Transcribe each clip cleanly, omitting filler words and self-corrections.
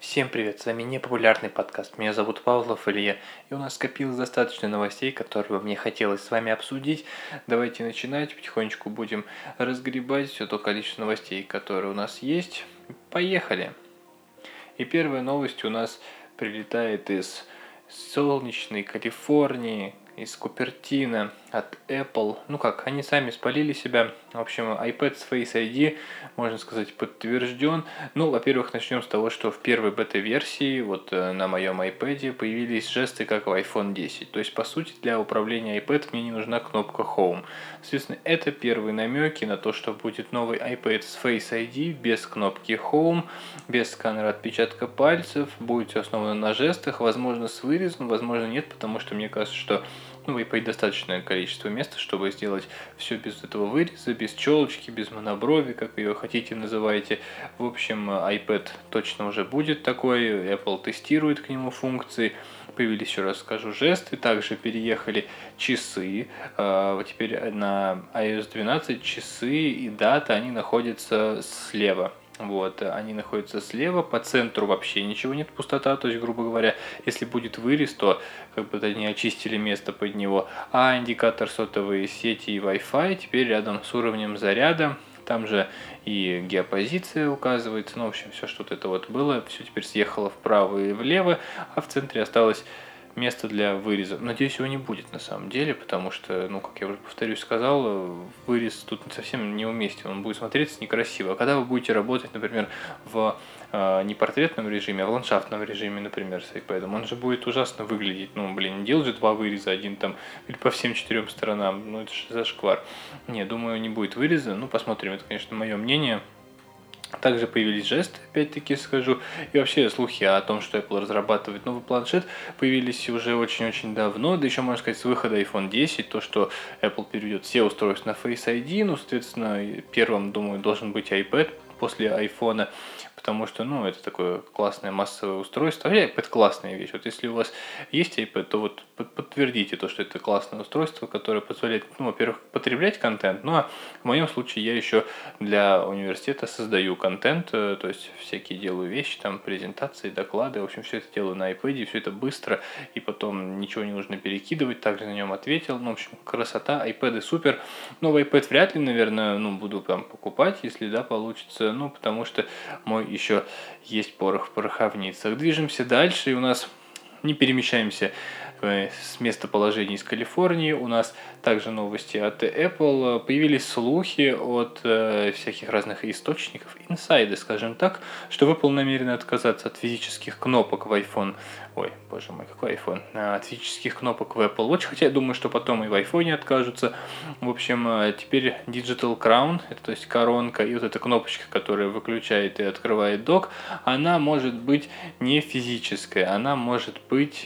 Всем привет, с вами непопулярный подкаст. Меня зовут Павлов Илья, и у нас скопилось достаточно новостей, которые мне хотелось с вами обсудить. Давайте начинать, потихонечку будем разгребать все то количество новостей, которые у нас есть. Поехали! И первая новость у нас прилетает из солнечной Калифорнии, из Купертино от Apple. Они сами спалили себя. В общем, iPad с Face ID, можно сказать, подтвержден. Во-первых, начнем с того, что в первой бета-версии, на моем iPad, появились жесты, как в iPhone 10. То есть, по сути, для управления iPad мне не нужна кнопка Home. Соответственно, это первые намеки на то, что будет новый iPad с Face ID, без кнопки Home, без сканера отпечатка пальцев, будет все основано на жестах, возможно, с вырезом, возможно, нет, потому что мне кажется, что в iPad достаточное количество места, чтобы сделать все без этого выреза, без челочки, без моноброви, как ее хотите называйте. В общем, iPad точно уже будет такой, Apple тестирует к нему функции. Появились, еще раз скажу, жесты, также переехали часы. Теперь на iOS 12 часы и дата, они находятся слева. Они находятся слева, по центру вообще ничего нет, пустота, то есть, грубо говоря, если будет вырез, то они очистили место под него, а индикатор сотовой сети и Wi-Fi теперь рядом с уровнем заряда, там же и геопозиция указывается, в общем, все, что это было, все теперь съехало вправо и влево, а в центре осталось место для выреза. Надеюсь, его не будет на самом деле, потому что, как я уже повторюсь, сказал, вырез тут совсем неуместен, он будет смотреться некрасиво. А когда вы будете работать, например, в не портретном режиме, а в ландшафтном режиме, например, с iPad, он же будет ужасно выглядеть. Не делать же два выреза, один там или по всем 4 сторонам, это же зашквар. Не, думаю, не будет выреза, посмотрим, это, конечно, мое мнение. Также появились жесты, опять-таки скажу, и вообще слухи о том, что Apple разрабатывает новый планшет, появились уже очень-очень давно, да еще, можно сказать, с выхода iPhone 10, то, что Apple переведет все устройства на Face ID, соответственно, первым, думаю, должен быть iPad после iPhone, потому что, это такое классное массовое устройство. А iPad классная вещь. Если у вас есть iPad, то подтвердите то, что это классное устройство, которое позволяет, во-первых, потреблять контент, а в моем случае я еще для университета создаю контент, то есть всякие делаю вещи, там, презентации, доклады, в общем, все это делаю на iPad, все это быстро, и потом ничего не нужно перекидывать, также на нем ответил, в общем, красота, iPad супер. Новый iPad вряд ли, наверное, буду там покупать, если да, получится, потому что мой еще есть порох в пороховницах. Движемся дальше, и у нас не перемещаемся с местоположения из Калифорнии. У нас также новости от Apple. Появились слухи от всяких разных источников, инсайды, скажем так, что Apple намерена отказаться от физических кнопок в iPhone. Ой, боже мой, какой iPhone? От физических кнопок в Apple Watch, хотя я думаю, что потом и в iPhone откажутся. В общем, теперь Digital Crown, это то есть коронка, и эта кнопочка, которая выключает и открывает док, она может быть не физическая, она может быть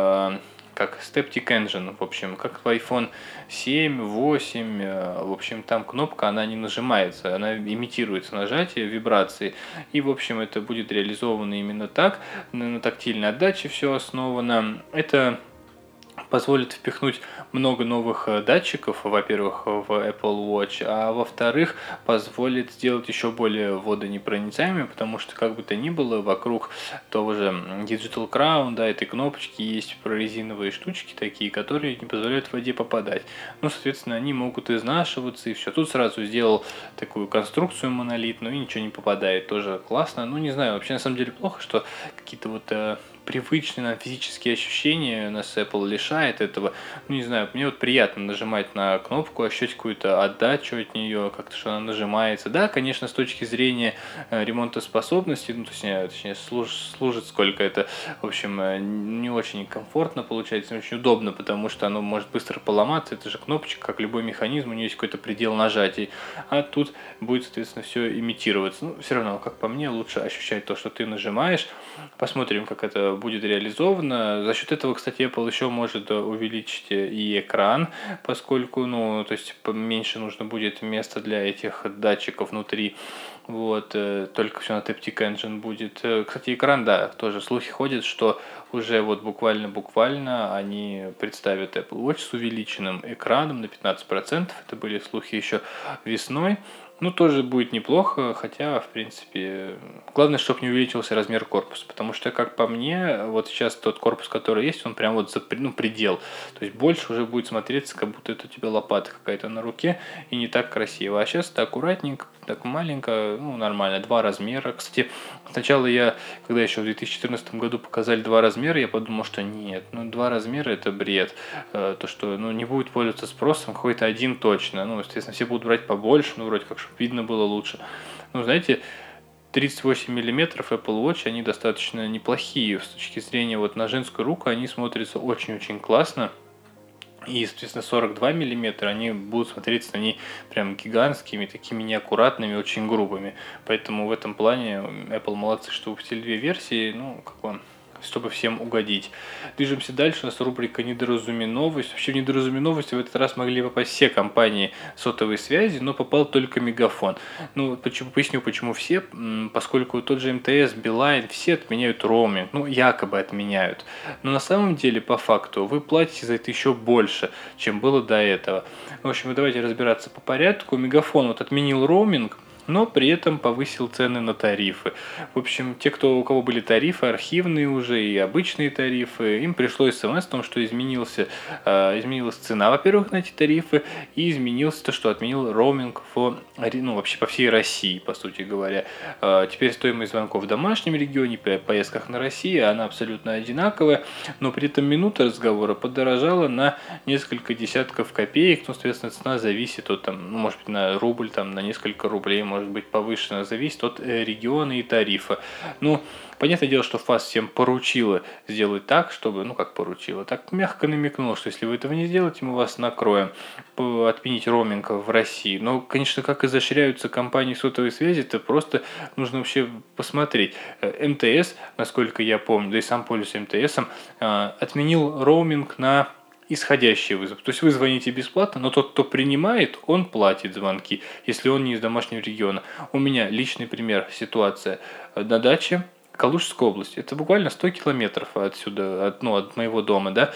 как Steptic Engine, в общем, как в iPhone 7, 8, в общем, там кнопка, она не нажимается, она имитируется нажатие, вибрации, и, в общем, это будет реализовано именно так, на тактильной отдаче все основано. Это позволит впихнуть много новых датчиков, во-первых, в Apple Watch, а во-вторых, позволит сделать еще более водонепроницаемым, потому что, как бы то ни было, вокруг того же Digital Crown, этой кнопочки есть прорезиновые штучки такие, которые не позволяют в воде попадать. Соответственно, они могут изнашиваться и все. Тут сразу сделал такую конструкцию монолитную и ничего не попадает. Тоже классно. Не знаю, вообще на самом деле плохо, что какие-то привычные нам физические ощущения нас Apple лишает этого. Не знаю, мне приятно нажимать на кнопку, ощущать какую-то отдачу от нее, как-то, что она нажимается. Да, конечно, с точки зрения ремонтоспособности, точнее, служит сколько это, в общем, не очень комфортно получается, не очень удобно, потому что оно может быстро поломаться. Это же кнопочка, как любой механизм, у нее есть какой-то предел нажатий. А тут будет, соответственно, все имитироваться. Все равно, как по мне, лучше ощущать то, что ты нажимаешь. Посмотрим, как это будет реализовано. За счет этого, кстати, Apple еще может увеличить и экран, поскольку, то есть меньше нужно будет места для этих датчиков внутри. Только все на Taptic Engine будет. Кстати, экран, да, тоже слухи ходят, что уже буквально они представят Apple Watch с увеличенным экраном на 15%. Это были слухи еще весной. Ну, тоже будет неплохо, хотя, в принципе, главное, чтобы не увеличился размер корпуса, потому что, как по мне, вот сейчас тот корпус, который есть, он прям вот за предел. То есть больше уже будет смотреться, как будто это у тебя лопата какая-то на руке, и не так красиво. А сейчас это аккуратненько, так маленько, ну, нормально, два размера. Кстати, сначала я, когда еще в 2014 году показали два размера, я подумал, что нет, ну, два размера это бред. То, что, ну, не будет пользоваться спросом, какой-то один точно. Ну, естественно, все будут брать побольше, ну, вроде как, чтобы видно было лучше. Ну, знаете, 38 миллиметров Apple Watch, они достаточно неплохие. С точки зрения вот на женскую руку они смотрятся очень-очень классно. И, естественно, 42 миллиметра, они будут смотреться, они прям гигантскими, такими неаккуратными, очень грубыми. Поэтому в этом плане Apple молодцы, что выпустили две версии, ну, как бы, чтобы всем угодить. Движемся дальше, у нас рубрика «Недоразуменовость». Вообще в недоразуменовость в этот раз могли попасть все компании сотовой связи, но попал только Мегафон. Ну, поясню, почему все. Поскольку тот же МТС, Билайн, все отменяют роуминг. Ну, якобы отменяют. Но на самом деле, по факту, вы платите за это еще больше, чем было до этого. В общем, давайте разбираться по порядку. Мегафон вот отменил роуминг, но при этом повысил цены на тарифы. В общем, у кого были тарифы, архивные уже и обычные тарифы, им пришло смс о том, что изменилась цена, во-первых, на эти тарифы, и изменилось то, что отменил роуминг вообще по всей России, по сути говоря. Теперь стоимость звонков в домашнем регионе, при поездках на Россию, она абсолютно одинаковая, но при этом минута разговора подорожала на несколько десятков копеек, ну, соответственно, цена зависит от, может быть, на рубль, на несколько рублей, может быть повышена, зависит от региона и тарифа. Ну, понятное дело, что ФАС всем поручила сделать так, чтобы, ну как поручила, так мягко намекнула, что если вы этого не сделаете, мы вас накроем, отменить роуминг в России. Но, конечно, как изощряются компании сотовой связи, это просто нужно вообще посмотреть. МТС, насколько я помню, да и сам пользуюсь МТСом, отменил роуминг на исходящий вызов. То есть вы звоните бесплатно, но тот, кто принимает, он платит звонки, если он не из домашнего региона. У меня личный пример, ситуация на даче, Калужская область. Это буквально 100 километров отсюда, от моего дома, да,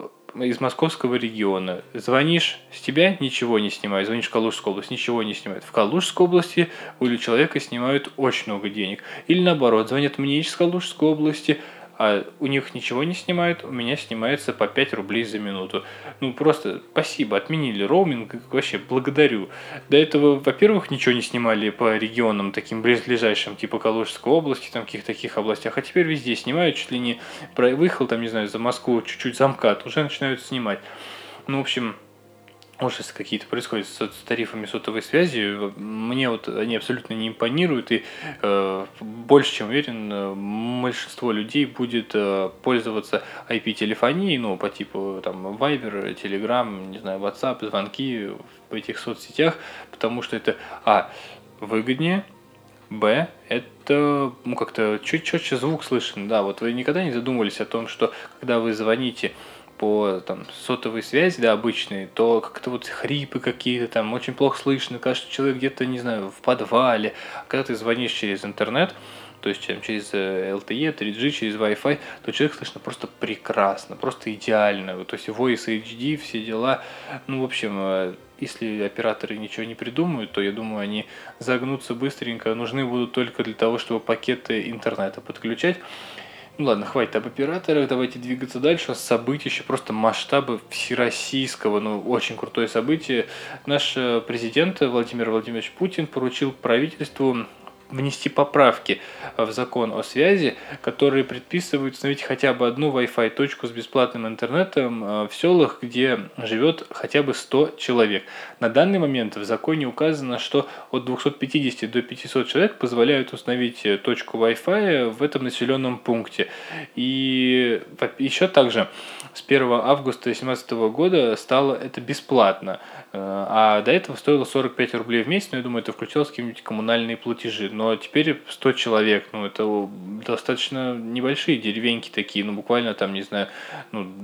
из московского региона. Звонишь, с тебя ничего не снимают. Звонишь в Калужскую область, ничего не снимают. В Калужской области у человека снимают очень много денег. Или наоборот, звонят мне из Калужской области, а у них ничего не снимают, у меня снимается по 5 рублей за минуту. Ну, просто спасибо, отменили роуминг, вообще благодарю. До этого, во-первых, ничего не снимали по регионам, таким близлежащим, типа Калужской области, каких-то таких областях, а теперь везде снимают, чуть ли не выехал, не знаю, за Москву чуть-чуть за МКАД, уже начинают снимать. Ну, в общем, ужасы какие-то происходят с тарифами сотовой связи. Мне вот они абсолютно не импонируют, и больше чем уверен, большинство людей будет пользоваться IP-телефонией, ну, по типу Viber, Telegram, не знаю, WhatsApp, звонки в этих соцсетях, потому что это выгоднее, это как-то чуть четче звук слышен. Да, вот вы никогда не задумывались о том, что когда вы звоните по сотовой связи, да, обычные, то как-то вот хрипы какие-то, очень плохо слышно, кажется, что человек где-то, не знаю, в подвале. А когда ты звонишь через интернет, то есть через LTE, 3G, через Wi-Fi, то человек слышно просто прекрасно, просто идеально. То есть Voice HD, все дела. Ну, в общем, если операторы ничего не придумают, то я думаю, они загнутся быстренько, нужны будут только для того, чтобы пакеты интернета подключать. Ну ладно, хватит об операторах, давайте двигаться дальше. Событие еще просто масштабы всероссийского, очень крутое событие. Наш президент Владимир Владимирович Путин поручил правительству внести поправки в закон о связи, которые предписывают установить хотя бы одну Wi-Fi точку с бесплатным интернетом в селах, где живет хотя бы 100 человек. На данный момент в законе указано, что от 250 до 500 человек позволяют установить точку Wi-Fi в этом населенном пункте. И еще также с 1 августа 2017 года стало это бесплатно. А до этого стоило 45 рублей в месяц, но я думаю, это включалось какие-нибудь коммунальные платежи. Но теперь 100 человек, это достаточно небольшие деревеньки такие, буквально не знаю,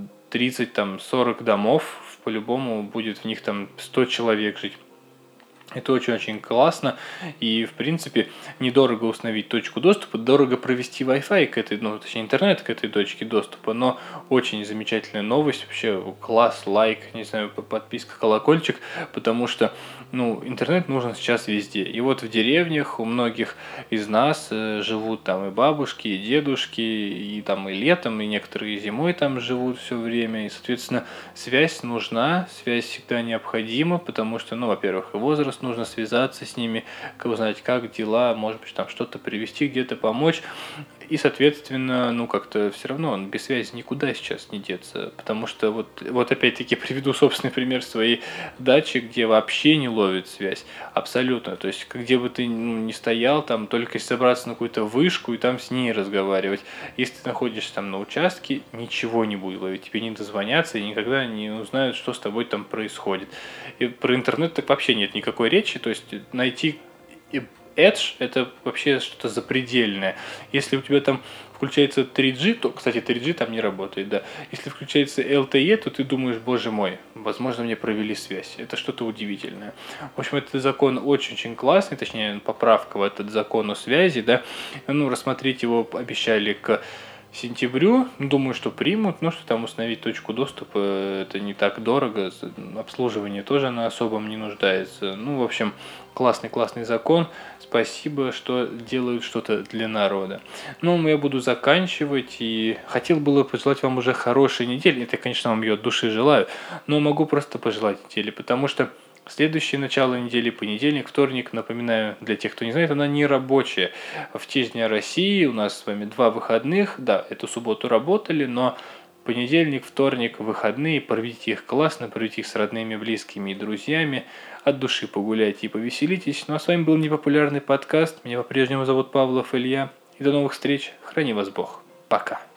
30-40 домов, по-любому будет в них 100 человек жить. Это очень-очень классно, и, в принципе, недорого установить точку доступа, дорого провести Wi-Fi к этой, ну, точнее, интернет к этой точке доступа, но очень замечательная новость, вообще класс, лайк, не знаю, подписка, колокольчик, потому что, ну, интернет нужен сейчас везде. И вот в деревнях у многих из нас живут там и бабушки, и дедушки, и там и летом, и некоторые зимой там живут все время, и, соответственно, связь нужна, связь всегда необходима, потому что, ну, во-первых, и возраст, нужно связаться с ними, узнать, как дела, может быть, там что-то привезти, где-то помочь. И, соответственно, ну, как-то все равно он без связи никуда сейчас не деться, потому что вот опять-таки приведу собственный пример своей дачи, где вообще не ловит связь, абсолютно, то есть где бы ты ну, не стоял, там только собраться на какую-то вышку и там с ней разговаривать. Если ты находишься там на участке, ничего не будет ловить, тебе не дозвонятся и никогда не узнают, что с тобой там происходит. И про интернет так вообще нет никакой речи, то есть найти Edge это вообще что-то запредельное. Если у тебя там включается 3G, то, кстати, 3G там не работает, да. Если включается LTE, то ты думаешь, боже мой, возможно, мне провели связь. Это что-то удивительное. В общем, этот закон очень-очень классный, точнее, поправка в этот закон о связи, да. Ну, рассмотреть его обещали к сентябрю. Думаю, что примут, но что там установить точку доступа, это не так дорого, обслуживание тоже на особом не нуждается. Ну, в общем, классный закон. Спасибо, что делают что-то для народа. Ну, я буду заканчивать и хотел было пожелать вам уже хорошей недели. Это, конечно, вам ее от души желаю, но могу просто пожелать недели, потому что следующее начало недели, понедельник, вторник, напоминаю, для тех, кто не знает, она не рабочая. В честь Дня России у нас с вами 2 выходных. Да, эту субботу работали, но понедельник, вторник, выходные, проведите их классно, проведите их с родными, близкими и друзьями. От души погуляйте и повеселитесь. Ну а с вами был непопулярный подкаст. Меня по-прежнему зовут Павлов Илья. И до новых встреч. Храни вас Бог. Пока.